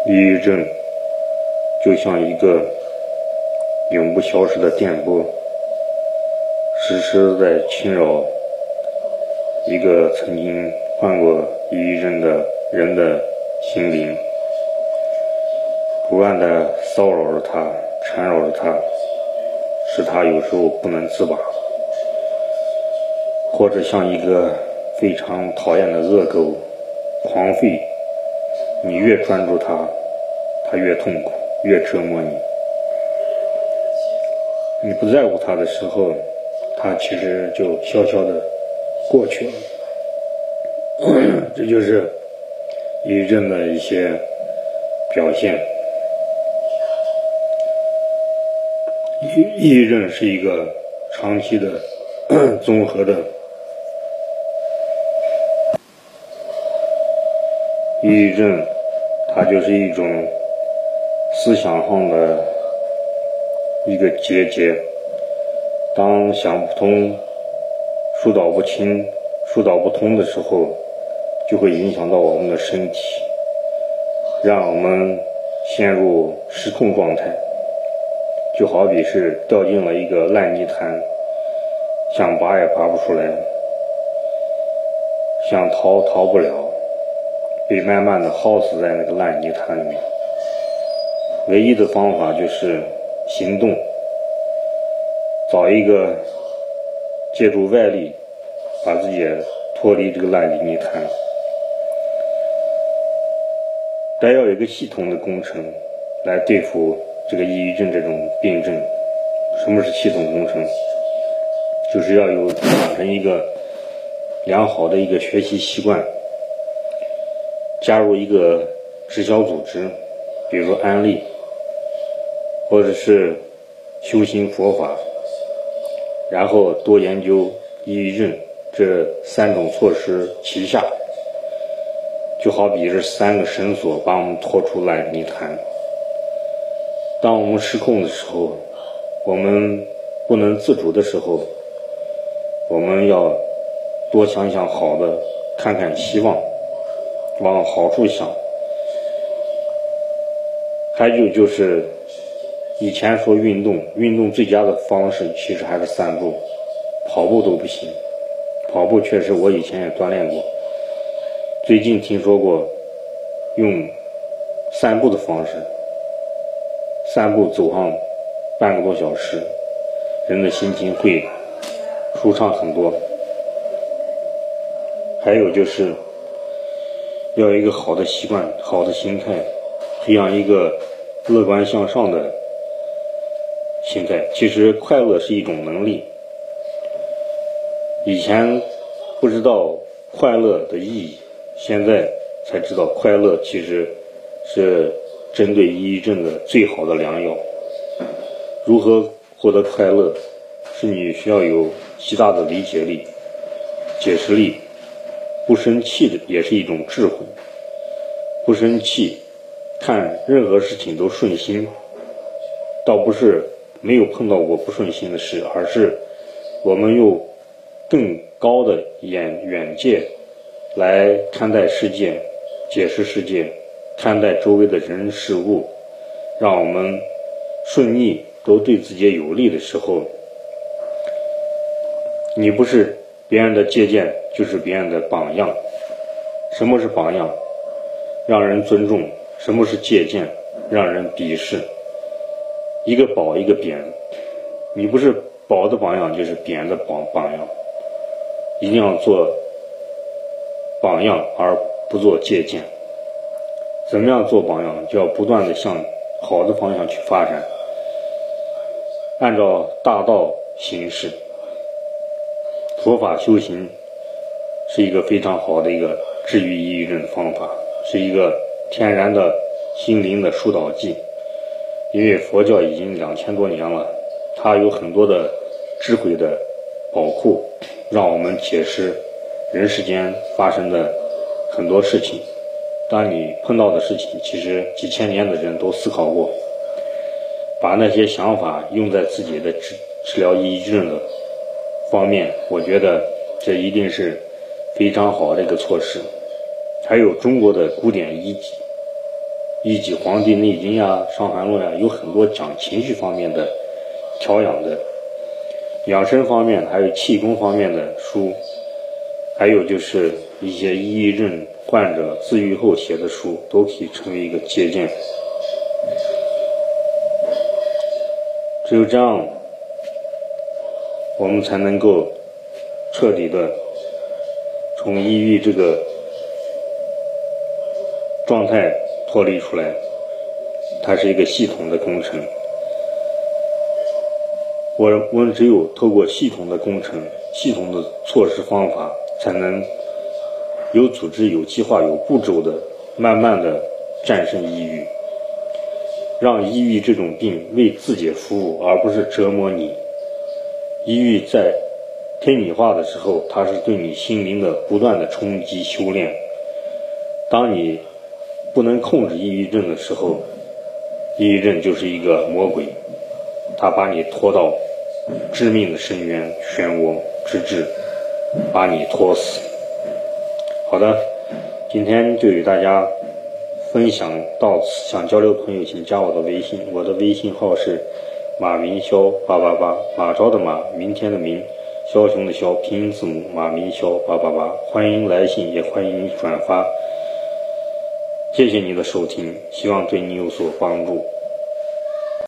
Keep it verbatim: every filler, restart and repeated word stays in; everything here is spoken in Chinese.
抑郁症就像一个永不消失的电波，时时在侵扰一个曾经患过抑郁症的人的心灵，不断的骚扰着他，缠绕着他，使他有时候不能自拔，或者像一个非常讨厌的恶狗狂吠，你越专注它，它越痛苦，越折磨你。你不在乎它的时候，它其实就悄悄的过去了。这就是抑郁症的一些表现。抑抑郁症是一个长期的综合的抑郁症，它就是一种思想上的一个结节，当想不通、疏导不清、疏导不通的时候，就会影响到我们的身体，让我们陷入失控状态，就好比是掉进了一个烂泥潭，想拔也拔不出来，想逃逃不了，被慢慢的耗死在那个烂泥潭里面。唯一的方法就是行动，找一个借助外力把自己脱离这个烂泥潭。该要有一个系统的工程来对付这个抑郁症这种病症。什么是系统工程？就是要有养成一个良好的一个学习习惯，加入一个直销组织，比如安利，或者是修行佛法，然后多研究抑郁症这三种措施齐下，就好比这三个绳索把我们拖出烂泥潭。当我们失控的时候，我们不能自主的时候，我们要多想想好的，看看希望，往好处想。还有就是以前说运动，运动最佳的方式其实还是散步，跑步都不行。跑步确实我以前也锻炼过，最近听说过用散步的方式，散步走上半个多小时，人的心情会舒畅很多。还有就是要有一个好的习惯，好的心态，培养一个乐观向上的心态。其实快乐是一种能力，以前不知道快乐的意义，现在才知道快乐其实是针对抑郁症的最好的良药。如何获得快乐，是你需要有极大的理解力、解释力。不生气的也是一种智慧，不生气，看任何事情都顺心，倒不是没有碰到过不顺心的事，而是我们用更高的眼远界来看待世界，解释世界，看待周围的人事物，让我们顺逆都对自己有利的时候，你不是别人的借鉴，就是别人的榜样。什么是榜样？让人尊重。什么是借鉴？让人鄙视。一个褒一个贬，你不是褒的榜样，就是贬的榜榜样。一定要做榜样，而不做借鉴。怎么样做榜样？就要不断的向好的方向去发展，按照大道行事。佛法修行是一个非常好的一个治愈抑郁症的方法，是一个天然的心灵的疏导剂。因为佛教已经两千多年了，它有很多的智慧的宝库，让我们解释人世间发生的很多事情。当你碰到的事情，其实几千年的人都思考过，把那些想法用在自己的治治疗抑郁症的方面，我觉得这一定是非常好的一个措施。还有中国的古典医以及《黄帝内经》呀、《伤寒论》呀，有很多讲情绪方面的调养的，养生方面还有气功方面的书，还有就是一些抑郁症患者自愈后写的书，都可以成为一个借鉴。只有这样，我们才能够彻底的从抑郁这个状态脱离出来。它是一个系统的工程，我们只有透过系统的工程、系统的措施方法，才能有组织、有计划、有步骤的慢慢的战胜抑郁，让抑郁这种病为自己服务，而不是折磨你。抑郁在推理化的时候，它是对你心灵的不断的冲击修炼。当你不能控制抑郁症的时候，抑郁症就是一个魔鬼，它把你拖到致命的深渊漩涡，直至把你拖死。好的，今天就与大家分享到此，想交流的朋友请加我的微信，我的微信号是马明霄八八八，马超的马，明天的明，枭雄的枭，拼音字母马明霄八八八，欢迎来信，也欢迎转发。谢谢你的收听，希望对你有所帮助。